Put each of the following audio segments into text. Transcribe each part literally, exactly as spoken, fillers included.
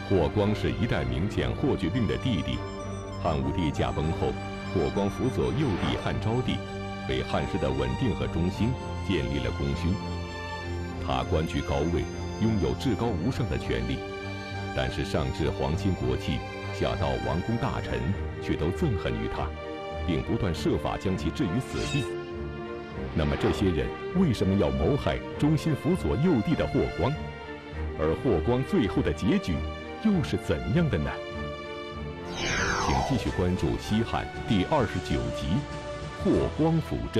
霍光是一代名将霍去病的弟弟。汉武帝驾崩后，霍光辅佐幼帝汉昭帝，为汉室的稳定和中兴建立了功勋。他官居高位，拥有至高无上的权力，但是上至皇亲国戚，下到王公大臣，却都憎恨于他，并不断设法将其置于死地。那么这些人为什么要谋害忠心辅佐幼帝的霍光？而霍光最后的结局又是怎样的呢？请继续关注西汉第二十九集《霍光辅政》。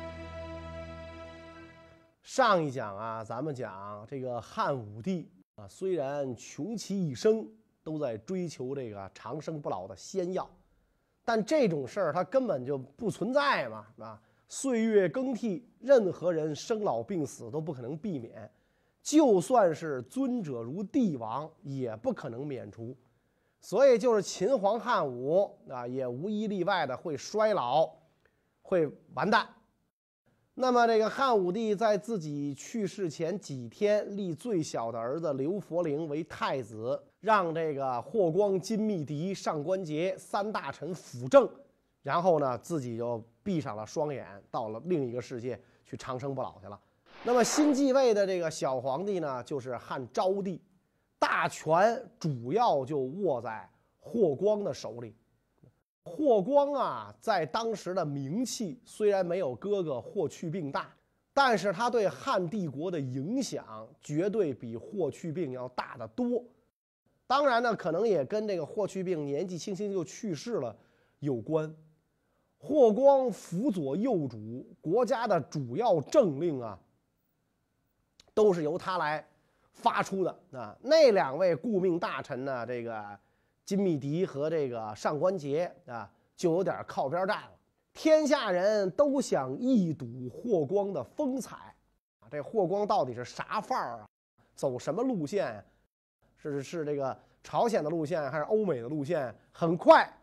上一讲啊，咱们讲这个汉武帝啊，虽然穷其一生都在追求这个长生不老的仙药，但这种事儿它根本就不存在嘛，啊，岁月更替，任何人生老病死都不可能避免，就算是尊者如帝王，也不可能免除。所以就是秦皇汉武啊，也无一例外的会衰老，会完蛋。那么这个汉武帝在自己去世前几天，立最小的儿子刘弗陵为太子，让这个霍光、金密迪、上官桀三大臣辅政，然后呢，自己就闭上了双眼，到了另一个世界去长生不老去了。那么新继位的这个小皇帝呢，就是汉昭帝，大权主要就握在霍光的手里。霍光啊，在当时的名气虽然没有哥哥霍去病大，但是他对汉帝国的影响绝对比霍去病要大得多。当然呢，可能也跟这个霍去病年纪轻轻就去世了有关。霍光辅佐幼主，国家的主要政令啊，都是由他来发出的啊。那两位顾命大臣呢，这个金密迪和这个上官桀啊，就有点靠边站了。天下人都想一睹霍光的风采啊，这霍光到底是啥范儿啊？走什么路线？是是这个朝鲜的路线还是欧美的路线？很快，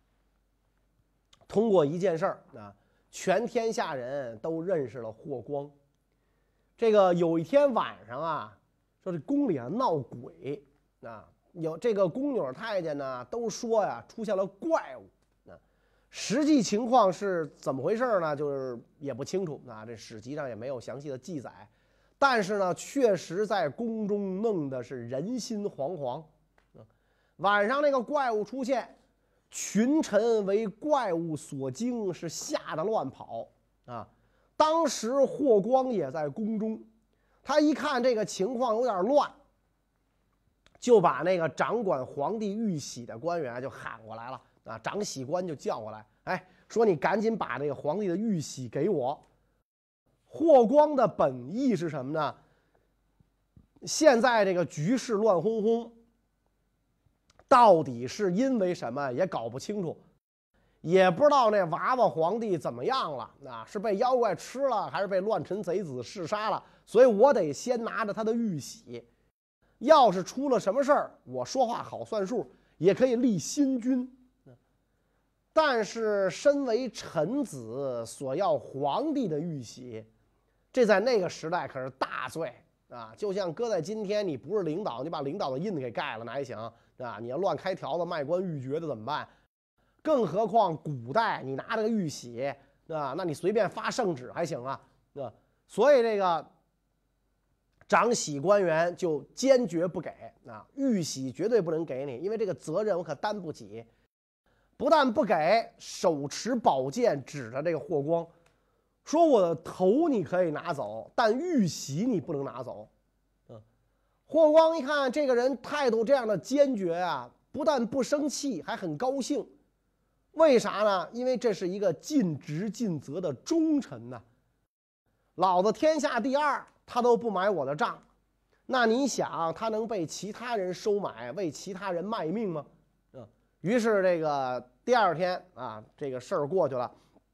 通过一件事儿啊，全天下人都认识了霍光。这个有一天晚上啊，说这宫里啊闹鬼啊。有这个宫女太监呢，都说呀出现了怪物啊，实际情况是怎么回事呢？就是也不清楚啊，这史籍上也没有详细的记载。但是呢，确实在宫中弄的是人心惶惶啊。晚上那个怪物出现，群臣为怪物所惊，是吓得乱跑啊。当时霍光也在宫中，他一看这个情况有点乱，就把那个掌管皇帝玉玺的官员就喊过来了啊，掌玺官就叫过来，哎，说你赶紧把这个皇帝的玉玺给我。霍光的本意是什么呢？现在这个局势乱哄哄，到底是因为什么也搞不清楚，也不知道那娃娃皇帝怎么样了啊，是被妖怪吃了，还是被乱臣贼子弑杀了？所以我得先拿着他的玉玺。要是出了什么事儿，我说话好算数，也可以立新君。但是身为臣子，所要皇帝的玉玺，这在那个时代可是大罪啊！就像搁在今天，你不是领导，你把领导的印给盖了，那还行啊？你要乱开条子、卖官鬻爵的怎么办？更何况古代，你拿这个玉玺啊，那你随便发圣旨还行啊？啊，所以这个掌玺官员就坚决不给啊，玉玺绝对不能给你，因为这个责任我可担不起。不但不给，手持宝剑指着这个霍光，说我的头你可以拿走，但玉玺你不能拿走。嗯，霍光一看这个人态度这样的坚决啊，不但不生气，还很高兴。为啥呢？因为这是一个尽职尽责的忠臣呐、啊。老子天下第二，他都不买我的账，那你想他能被其他人收买，为其他人卖命吗？嗯，于是这个第二天啊，这个事儿过去了，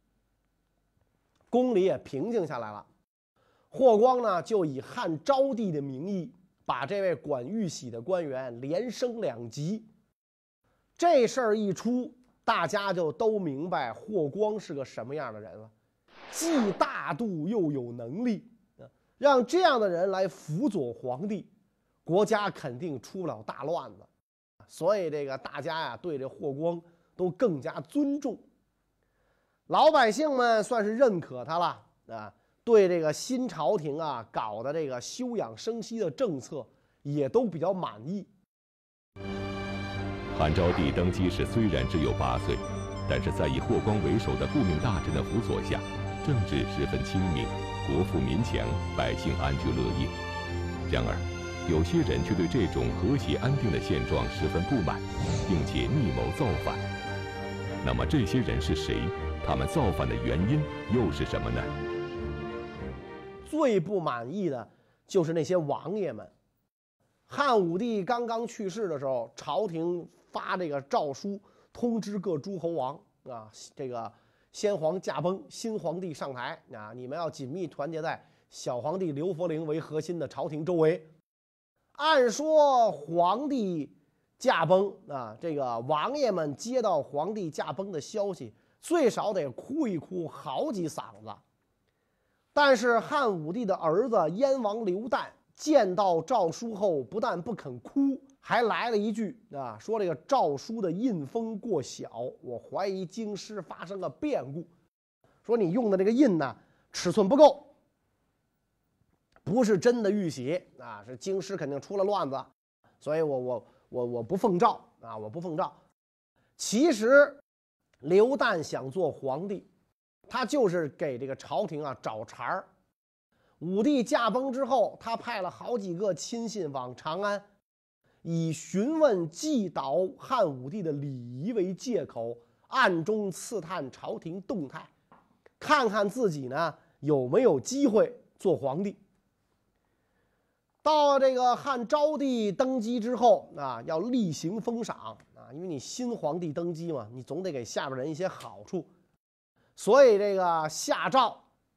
宫里也平静下来了。霍光呢，就以汉昭帝的名义，把这位管玉玺的官员连升两级。这事儿一出，大家就都明白霍光是个什么样的人了，既大度又有能力，让这样的人来辅佐皇帝，国家肯定出不了大乱子。 所以这个大家呀对这霍光都更加尊重。老百姓们算是认可他了啊，对这个新朝廷啊搞的这个休养生息的政策也都比较满意。 汉昭帝登基时虽然只有八岁，但是在以霍光为首的顾命大臣的辅佐下，政治十分清明，国富民强，百姓安居乐业。然而，有些人却对这种和谐安定的现状十分不满，并且密谋造反。那么这些人是谁？他们造反的原因又是什么呢？ 最不满意的就是那些王爷们。汉武帝刚刚去世的时候，朝廷发这个诏书通知各诸侯王啊，这个先皇驾崩，新皇帝上台啊，你们要紧密团结在小皇帝刘弗陵为核心的朝廷周围。按说皇帝驾崩啊，这个王爷们接到皇帝驾崩的消息，最少得哭一哭好几嗓子。但是汉武帝的儿子燕王刘旦见到诏书后，不但不肯哭，还来了一句啊，说这个诏书的印封过小，我怀疑京师发生了变故。说你用的这个印呢，尺寸不够，不是真的玉玺啊，是京师肯定出了乱子，所以我我我我不奉诏啊，我不奉诏。其实刘旦想做皇帝，他就是给这个朝廷啊找茬儿。武帝驾崩之后，他派了好几个亲信往长安，以询问祭蹈汉武帝的礼仪为借口，暗中刺探朝廷动态，看看自己呢有没有机会做皇帝。到这个汉昭帝登基之后啊，要例行封赏啊，因为你新皇帝登基嘛，你总得给下边人一些好处，所以这个下诏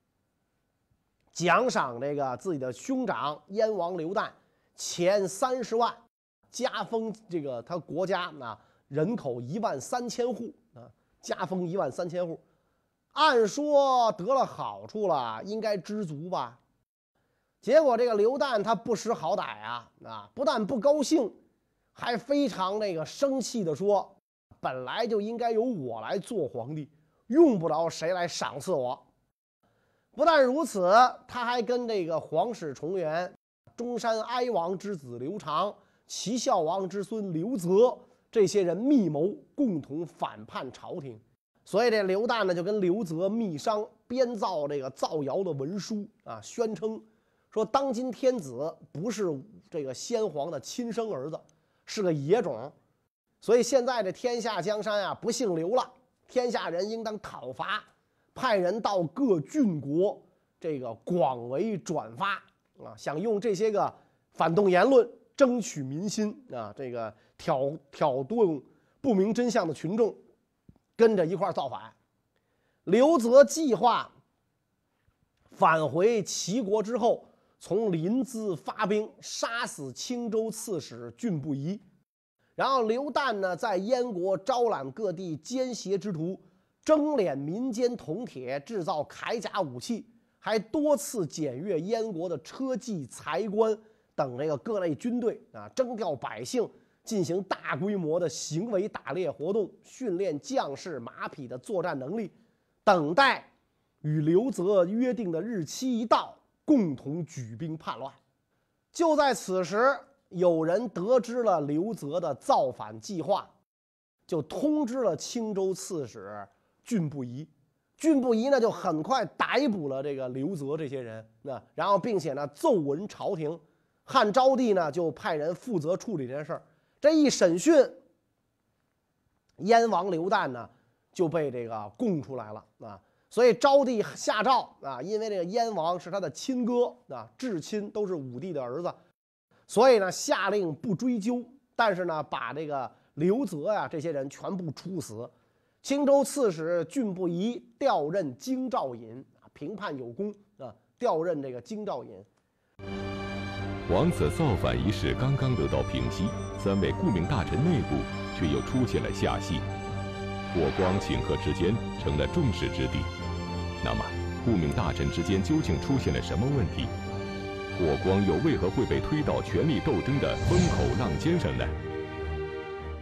奖赏这个自己的兄长燕王刘旦钱三十万，加封这个他国家啊人口一万三千户啊，加封一万三千户。按说得了好处了，应该知足吧。结果这个刘旦他不识好歹啊啊，不但不高兴，还非常那个生气的说，本来就应该由我来做皇帝，用不着谁来赏赐我。不但如此，他还跟这个皇室重元、中山哀王之子刘长、齐孝王之孙刘泽这些人密谋，共同反叛朝廷。所以这刘旦呢，就跟刘泽密商，编造这个造谣的文书啊，宣称说当今天子不是这个先皇的亲生儿子，是个野种，所以现在这天下江山啊不姓刘了，天下人应当讨伐，派人到各郡国这个广为转发啊，想用这些个反动言论争取民心啊，这个挑挑动不明真相的群众跟着一块造反。刘泽计划返回齐国之后，从临淄发兵杀死青州刺史郡不疑，然后刘旦呢在燕国招揽各地奸邪之徒，征敛民间铜铁，制造铠甲武器，还多次检阅燕国的车骑、财官等这个各类军队啊，征调百姓，进行大规模的行为打猎活动，训练将士马匹的作战能力，等待与刘泽约定的日期一到，共同举兵叛乱。就在此时，有人得知了刘泽的造反计划，就通知了青州刺史郡不疑。郡不疑呢，就很快逮捕了这个刘泽这些人，那然后并且呢奏闻朝廷，汉昭帝呢就派人负责处理这件事儿。这一审讯，燕王刘旦呢就被这个供出来了啊。所以昭帝下诏啊，因为这个燕王是他的亲哥啊，至亲都是武帝的儿子，所以呢下令不追究，但是呢把这个刘泽呀、啊、这些人全部处死。青州刺史郡不疑调任京兆尹，评判有功啊，调任这个京兆尹。 王子造反一事刚刚得到平息，三位顾命大臣内部却又出现了下戏，霍光请客之间成了众矢之的。那么，顾命大臣之间究竟出现了什么问题？霍光又为何会被推到权力斗争的风口浪尖上呢？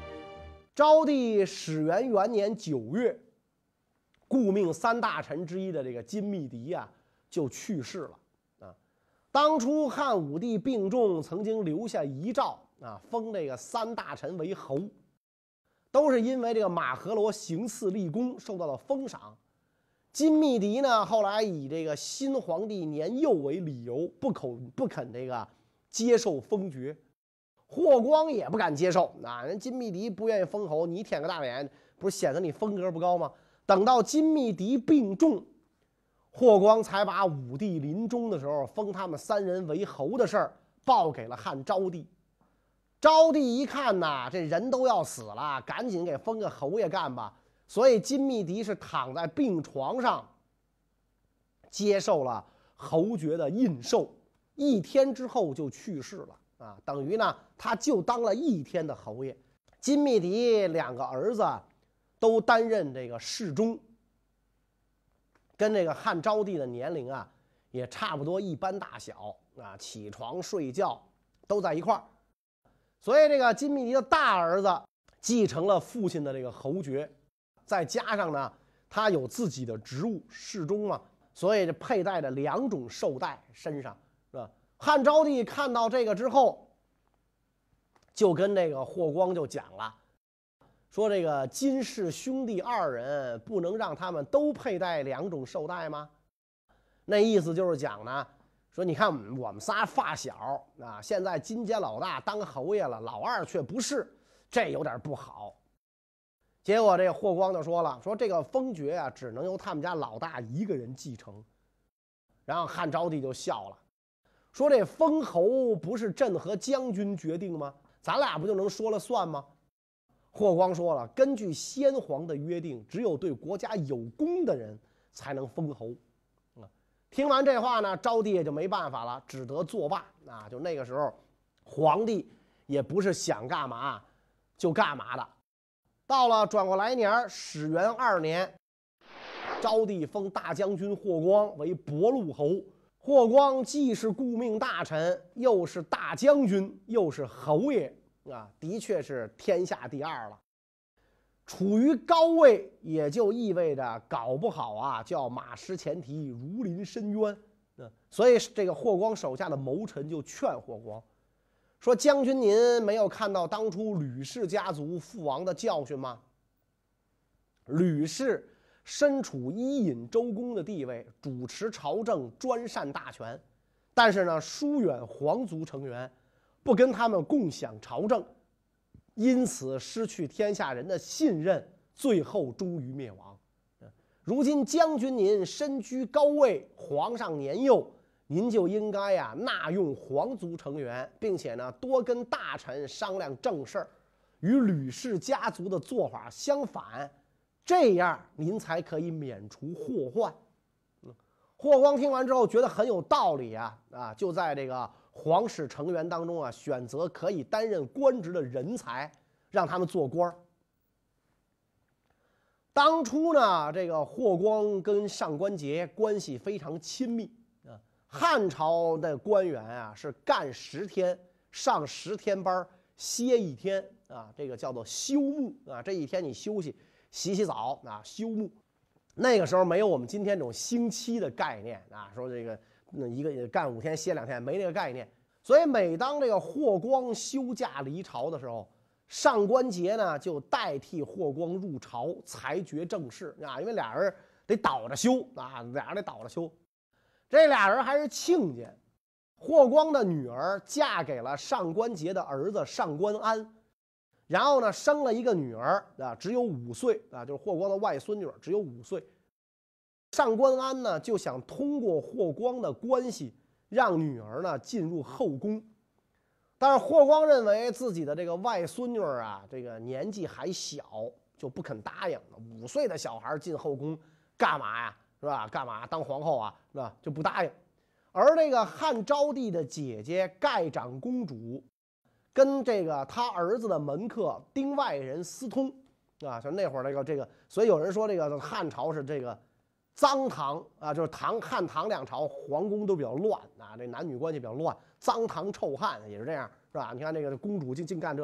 昭帝始元元年九月，顾命三大臣之一的这个金密迪啊就去世了啊。当初汉武帝病重，曾经留下遗诏啊，封这个三大臣为侯，都是因为这个马和罗行刺立功受到了封赏。金密迪呢，后来以这个新皇帝年幼为理由，不肯不肯这个接受封爵。霍光也不敢接受啊，人金密迪不愿意封侯，你舔个大脸，不是显得你风格不高吗？等到金密迪病重，霍光才把武帝临终的时候封他们三人为侯的事儿报给了汉昭帝。昭帝一看呐，这人都要死了，赶紧给封个侯爷干吧。所以金密迪是躺在病床上，接受了侯爵的印绶，一天之后就去世了啊，等于呢他就当了一天的侯爷。金密迪两个儿子都担任这个侍中，跟这个汉昭帝的年龄啊也差不多一般大小啊，起床睡觉都在一块儿。所以这个金密迪的大儿子继承了父亲的这个侯爵，再加上呢他有自己的职务侍中嘛，所以佩戴着两种绶带身上，是吧？汉昭帝看到这个之后，就跟这个霍光就讲了，说这个金氏兄弟二人不能让他们都佩戴两种绶带吗？那意思就是讲呢，说你看我们仨发小啊，现在金家老大当侯爷了，老二却不是，这有点不好。结果这霍光就说了，说这个封爵啊，只能由他们家老大一个人继承。然后汉昭帝就笑了，说这封侯不是朕和将军决定吗？咱俩不就能说了算吗？霍光说了，根据先皇的约定，只有对国家有功的人才能封侯。听完这话呢，昭帝也就没办法了，只得作罢啊！就那个时候，皇帝也不是想干嘛就干嘛的。到了转过来年始元二年，昭帝封大将军霍光为博陆侯。霍光既是顾命大臣，又是大将军，又是侯爷啊，的确是天下第二了。处于高位，也就意味着搞不好啊，就要马失前蹄，如临深渊。嗯，所以这个霍光手下的谋臣就劝霍光说：“将军您没有看到当初吕氏家族父王的教训吗？吕氏身处伊尹周公的地位，主持朝政，专擅大权，但是呢，疏远皇族成员，不跟他们共享朝政。”因此失去天下人的信任，最后终于灭亡。如今将军您身居高位，皇上年幼，您就应该呀纳用皇族成员，并且呢多跟大臣商量正事儿，与吕氏家族的做法相反，这样您才可以免除祸患。霍光听完之后觉得很有道理啊啊，就在这个皇室成员当中啊，选择可以担任官职的人才，让他们做官。当初呢，这个霍光跟上官桀关系非常亲密啊。汉朝的官员啊，是干十天，上十天班，歇一天啊，这个叫做休沐啊。这一天你休息，洗洗澡啊，休沐。那个时候没有我们今天这种星期的概念啊，说这个。那一个干五天歇两天，没这个概念。所以每当这个霍光休假离朝的时候，上官桀呢就代替霍光入朝裁决政事啊，因为俩人得倒着休啊，俩人得倒着休。这俩人还是亲家，霍光的女儿嫁给了上官桀的儿子上官安，然后呢生了一个女儿啊，只有五岁啊，就是霍光的外孙女，只有五岁。上官安呢就想通过霍光的关系让女儿呢进入后宫，但是霍光认为自己的这个外孙女啊，这个年纪还小，就不肯答应。五岁的小孩进后宫干嘛呀？是吧？干嘛当皇后啊？是吧？就不答应。而这个汉昭帝的姐姐盖长公主，跟这个他儿子的门客丁外人私通啊，就那会儿这个这个，所以有人说这个汉朝是这个。脏唐啊，就是唐汉唐两朝皇宫都比较乱啊，这男女关系比较乱，脏唐臭汉也是这样，是吧？你看这个公主净净干这事儿，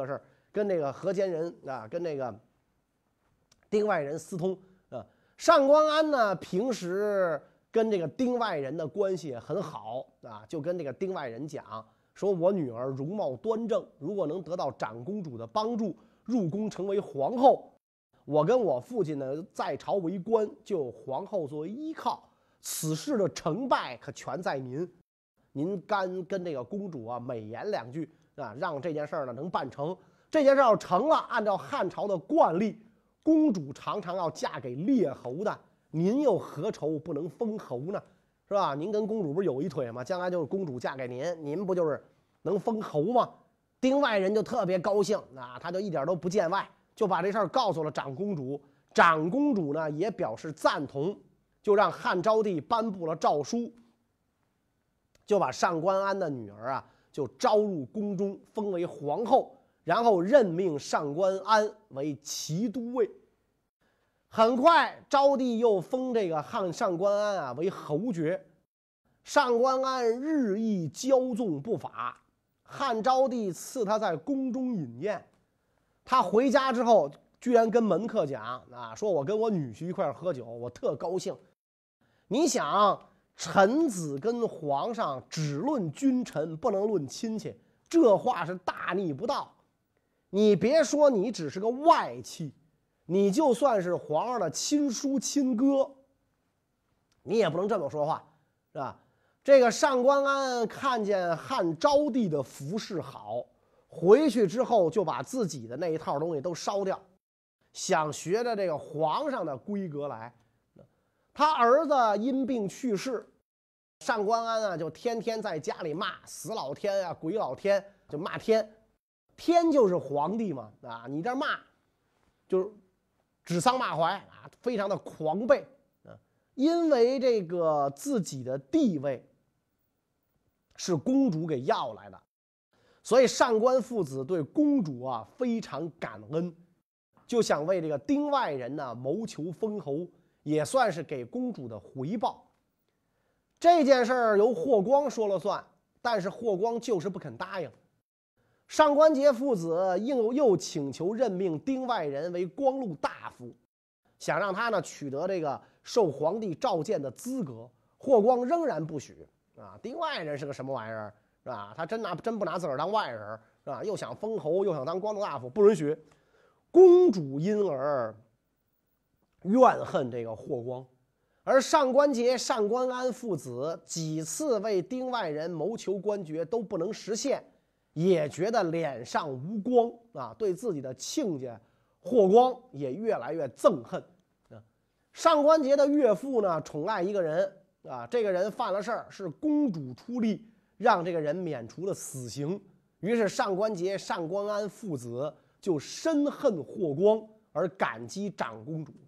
跟这个河间人啊，跟这个丁外人私通啊。上官安呢，平时跟这个丁外人的关系很好啊，就跟这个丁外人讲说，我女儿容貌端正，如果能得到长公主的帮助，入宫成为皇后，我跟我父亲呢在朝为官，就有皇后作为依靠，此事的成败可全在您。您干跟这个公主啊美言两句啊，让这件事儿呢能办成。这件事要成了，按照汉朝的惯例，公主常常要嫁给列侯的，您又何愁不能封侯呢？是吧？您跟公主不是有一腿吗？将来就是公主嫁给您，您不就是能封侯吗？丁外人就特别高兴啊，他就一点都不见外，就把这事儿告诉了长公主。长公主呢也表示赞同，就让汉昭帝颁布了诏书，就把上官安的女儿啊就招入宫中，封为皇后，然后任命上官安为骑都尉。很快，昭帝又封这个汉上官安啊为侯爵。上官安日益骄纵不法，汉昭帝赐他在宫中饮宴。他回家之后，居然跟门客讲啊，说我跟我女婿一块喝酒，我特高兴。你想，臣子跟皇上只论君臣，不能论亲戚，这话是大逆不道。你别说你只是个外戚，你就算是皇上的亲叔亲哥，你也不能这么说话，是吧？这个上官安看见汉昭帝的服饰好，回去之后就把自己的那一套东西都烧掉，想学着这个皇上的规格来。他儿子因病去世，上官安啊就天天在家里骂死老天啊鬼老天，就骂天。天就是皇帝嘛啊，你这骂就是指桑骂槐啊，非常的狂悖啊。因为这个自己的地位是公主给要来的，所以上官父子对公主啊非常感恩，就想为这个丁外人呢谋求封侯，也算是给公主的回报。这件事儿由霍光说了算，但是霍光就是不肯答应。上官桀父子又又请求任命丁外人为光禄大夫，想让他呢取得这个受皇帝召见的资格。霍光仍然不许啊！丁外人是个什么玩意儿，是吧？他真拿真不拿自个儿当外人，是吧？又想封侯，又想当光禄大夫，不允许。公主因而怨恨这个霍光，而上官桀、上官安父子几次为丁外人谋求官爵都不能实现，也觉得脸上无光啊，对自己的亲家霍光也越来越憎恨啊。上官桀的岳父呢，宠爱一个人啊，这个人犯了事儿，是公主出力让这个人免除了死刑。于是上官桀、上官安父子就深恨霍光，而感激长公主。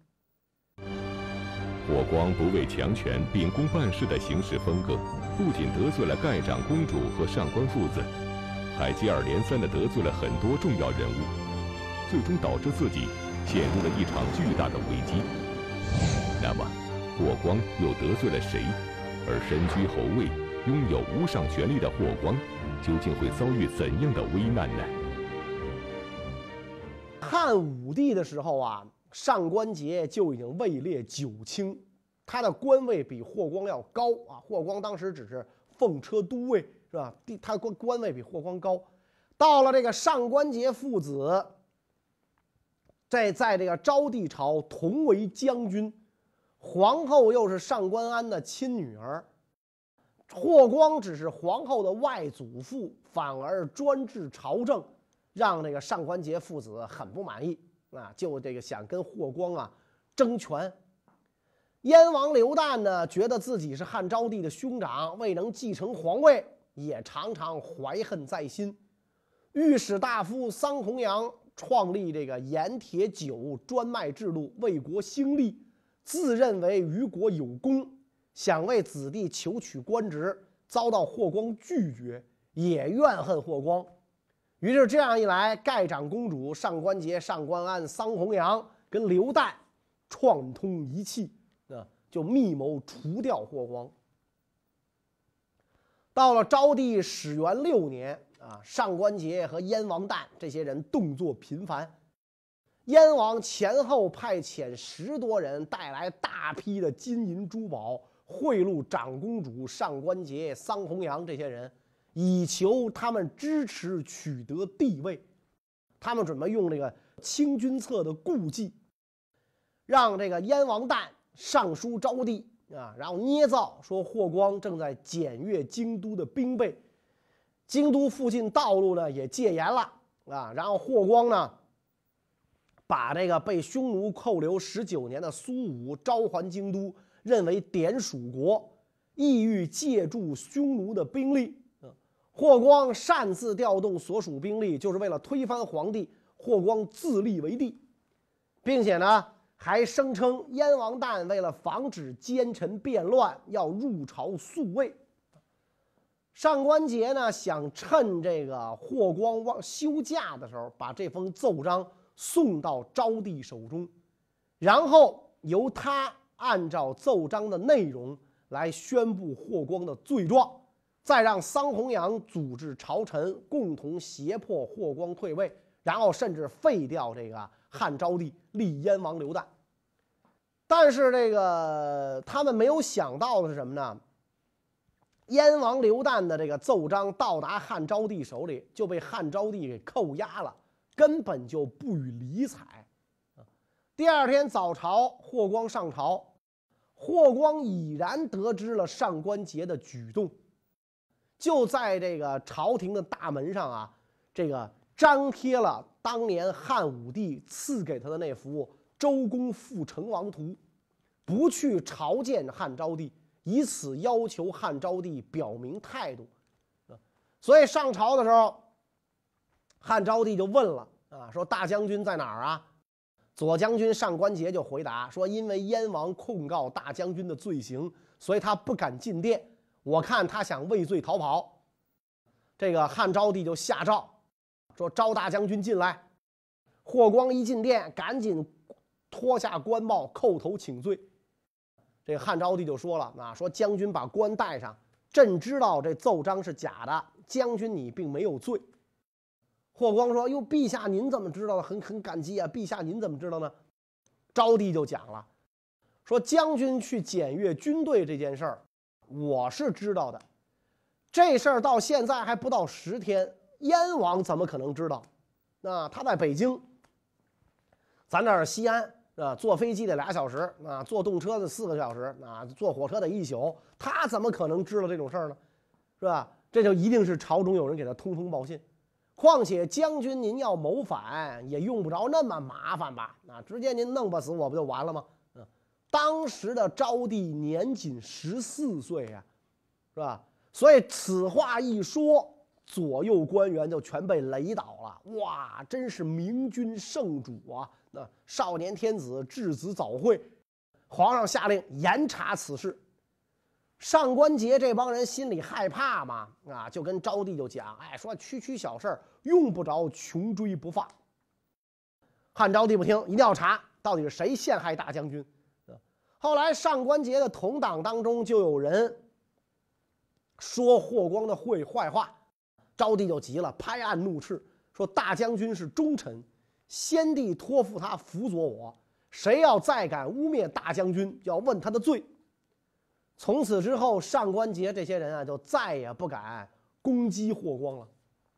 霍光不畏强权、秉公办事的行事风格，不仅得罪了盖长公主和上官父子，还接二连三地得罪了很多重要人物，最终导致自己陷入了一场巨大的危机。那么，霍光又得罪了谁？而身居侯位、拥有无上权力的霍光，究竟会遭遇怎样的危难呢？ 汉武帝的时候啊，上官桀就已经位列九卿，他的官位比霍光要高啊。霍光当时只是奉车都尉，是吧？他官官位比霍光高。到了这个上官桀父子，在在这个昭帝朝同为将军，皇后又是上官安的亲女儿，霍光只是皇后的外祖父，反而专制朝政，让这个上官桀父子很不满意啊，就这个想跟霍光啊争权。燕王刘旦呢，觉得自己是汉昭帝的兄长，未能继承皇位，也常常怀恨在心。御史大夫桑弘羊创立这个盐铁酒专卖制度，为国兴利，自认为于国有功，想为子弟求取官职，遭到霍光拒绝，也怨恨霍光。于是这样一来，盖长公主、上官桀、上官安、桑弘羊跟刘旦串通一气啊，就密谋除掉霍光。到了昭帝始元六年啊，上官桀和燕王旦这些人动作频繁。燕王前后派遣十多人，带来大批的金银珠宝，贿赂长公主上官桀、桑弘羊这些人，以求他们支持取得帝位。他们准备用这个清君侧的故计，让这个燕王旦上书招娣啊，然后捏造说霍光正在检阅京都的兵备，京都附近道路呢也戒严了啊，然后霍光呢把这个被匈奴扣留十九年的苏武召还京都，认为典属国，意欲借助匈奴的兵力。霍光擅自调动所属兵力，就是为了推翻皇帝。霍光自立为帝，并且呢还声称燕王旦为了防止奸臣变乱，要入朝宿卫。上官桀呢想趁这个霍光忘休假的时候，把这封奏章送到昭帝手中，然后由他按照奏章的内容来宣布霍光的罪状，再让桑弘羊组织朝臣共同胁迫霍光退位，然后甚至废掉这个汉昭帝，立燕王刘旦。但是这个他们没有想到的是什么呢？燕王刘旦的这个奏章到达汉昭帝手里，就被汉昭帝给扣押了，根本就不予理睬。第二天早朝，霍光上朝，霍光已然得知了上官桀的举动，就在这个朝廷的大门上啊，这个张贴了当年汉武帝赐给他的那幅周公复成王图，不去朝见汉昭帝，以此要求汉昭帝表明态度。所以上朝的时候，汉昭帝就问了啊，说大将军在哪儿啊？左将军上官桀就回答说，因为燕王控告大将军的罪行，所以他不敢进殿，我看他想畏罪逃跑。这个汉昭帝就下诏说，召大将军进来。霍光一进殿，赶紧脱下官帽，叩头请罪。这个汉昭帝就说了啊，说将军把官戴上，朕知道这奏章是假的，将军你并没有罪。霍光说，哟，陛下您怎么知道的？很很感激啊，陛下您怎么知道呢？昭帝就讲了，说将军去检阅军队这件事儿，我是知道的。这事儿到现在还不到十天，燕王怎么可能知道？啊，他在北京，咱这儿西安啊，坐飞机得俩小时啊，坐动车的四个小时啊，坐火车得一宿，他怎么可能知道这种事儿呢？是吧？这就一定是朝中有人给他通风报信。况且将军您要谋反，也用不着那么麻烦吧？啊，直接您弄不死我不就完了吗？嗯，当时的昭帝年仅十四岁呀，是吧？所以此话一说，左右官员就全被雷倒了。哇，真是明君圣主啊！那少年天子质子早会，皇上下令严查此事。上官桀这帮人心里害怕嘛，啊，就跟昭帝就讲，哎，说区区小事儿用不着穷追不放。汉昭帝不听，一定要查到底是谁陷害大将军。后来上官桀的同党当中就有人说霍光的坏坏话，昭帝就急了，拍案怒斥，说大将军是忠臣，先帝托付他辅佐我，谁要再敢污蔑大将军，要问他的罪。从此之后，上官桀这些人啊，就再也不敢攻击霍光了。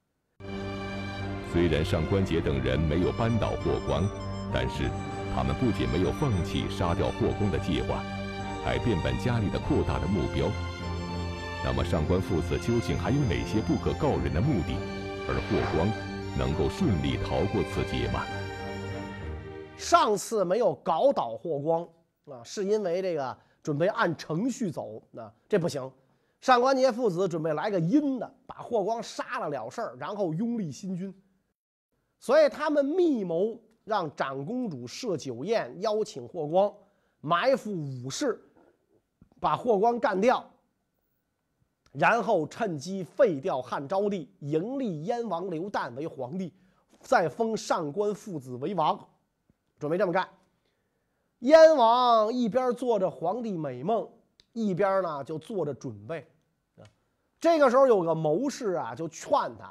虽然上官桀等人没有扳倒霍光，但是他们不仅没有放弃杀掉霍光的计划，还变本加厉地扩大了目标。那么上官父子究竟还有哪些不可告人的目的？而霍光能够顺利逃过此劫吗？ 上次没有搞倒霍光啊，是因为这个准备按程序走，啊，这不行。上官桀父子准备来个阴的，把霍光杀了了事儿，然后拥立新君。所以他们密谋让长公主设酒宴，邀请霍光，埋伏武士，把霍光干掉，然后趁机废掉汉昭帝，迎立燕王刘旦为皇帝，再封上官父子为王，准备这么干。燕王一边做着皇帝美梦，一边呢就做着准备。这个时候有个谋士啊，就劝他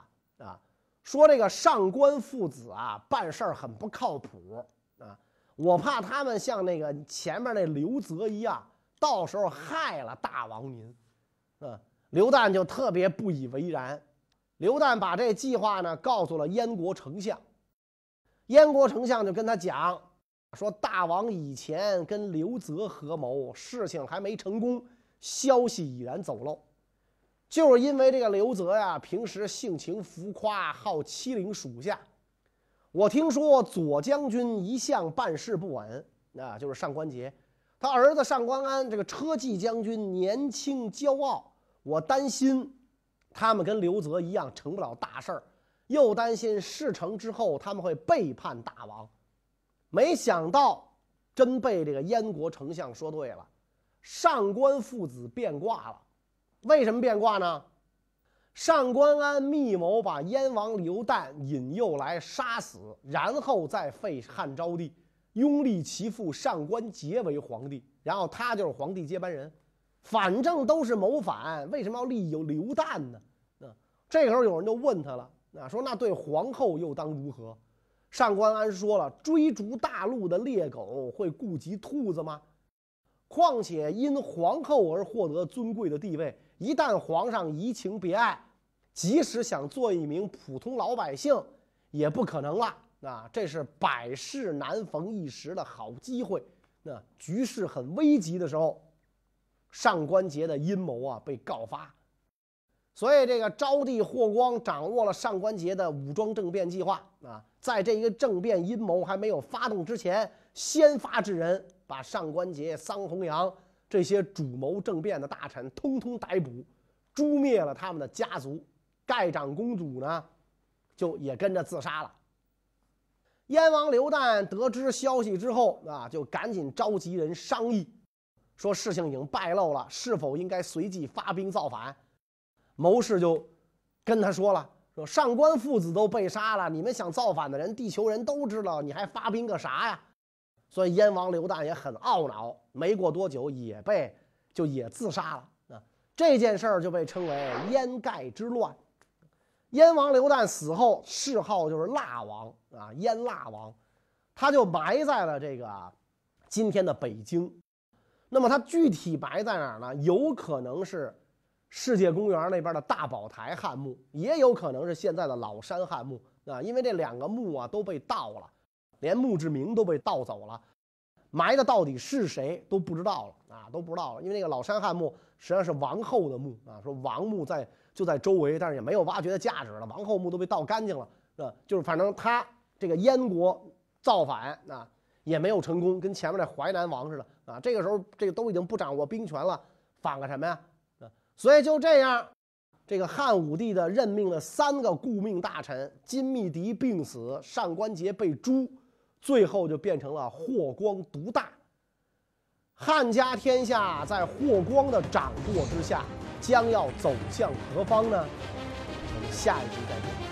啊，说这个上官父子啊办事儿很不靠谱啊，我怕他们像那个前面那刘泽一样，到时候害了大王您。啊，刘旦就特别不以为然。刘旦把这计划呢告诉了燕国丞相，燕国丞相就跟他讲说，大王以前跟刘泽合谋，事情还没成功，消息已然走漏，就是因为这个刘泽呀，平时性情浮夸，好欺凌属下。我听说左将军一向办事不稳，啊，就是上官桀，他儿子上官安这个车骑将军年轻骄傲，我担心他们跟刘泽一样成不了大事儿，又担心事成之后他们会背叛大王。没想到真被这个燕国丞相说对了，上官父子变卦了。为什么变卦呢？上官安密谋把燕王刘旦引诱来杀死，然后再废汉昭帝，拥立其父上官桀为皇帝，然后他就是皇帝接班人。反正都是谋反，为什么要立有刘旦呢？啊，这个时候有人就问他了，啊，说那对皇后又当如何？上官安说了，追逐大陆的猎狗会顾及兔子吗？况且因皇后而获得尊贵的地位，一旦皇上移情别爱，即使想做一名普通老百姓也不可能了。啊，这是百世难逢一时的好机会。那局势很危急的时候，上官桀的阴谋啊被告发，所以这个昭帝霍光掌握了上官桀的武装政变计划啊，在这一个政变阴谋还没有发动之前，先发制人，把上官桀、桑弘羊这些主谋政变的大臣通通逮捕，诛灭了他们的家族。盖长公主呢，就也跟着自杀了。燕王刘旦得知消息之后啊，就赶紧召集人商议。说事情已经败露了，是否应该随即发兵造反？谋士就跟他说了，说上官父子都被杀了，你们想造反的人，地球人都知道，你还发兵个啥呀？所以燕王刘旦也很懊恼，没过多久也被就也自杀了啊。这件事儿就被称为燕盖之乱。燕王刘旦死后，谥号就是腊王啊，燕腊王，他就埋在了这个今天的北京。那么它具体埋在哪儿呢？有可能是世界公园那边的大宝台汉墓，也有可能是现在的老山汉墓啊，因为这两个墓啊都被盗了，连墓志铭都被盗走了，埋的到底是谁都不知道了啊，都不知道了。因为那个老山汉墓实际上是王后的墓啊，说王墓在就在周围，但是也没有挖掘的价值了，王后墓都被盗干净了啊，就是反正他这个燕国造反啊也没有成功，跟前面那淮南王似的啊。这个时候，这个都已经不掌握兵权了，反个什么呀？啊，所以就这样，这个汉武帝的任命了三个顾命大臣，金密迪病死，上官桀被诛，最后就变成了霍光独大。汉家天下在霍光的掌舵之下，将要走向何方呢？我们下一集再见。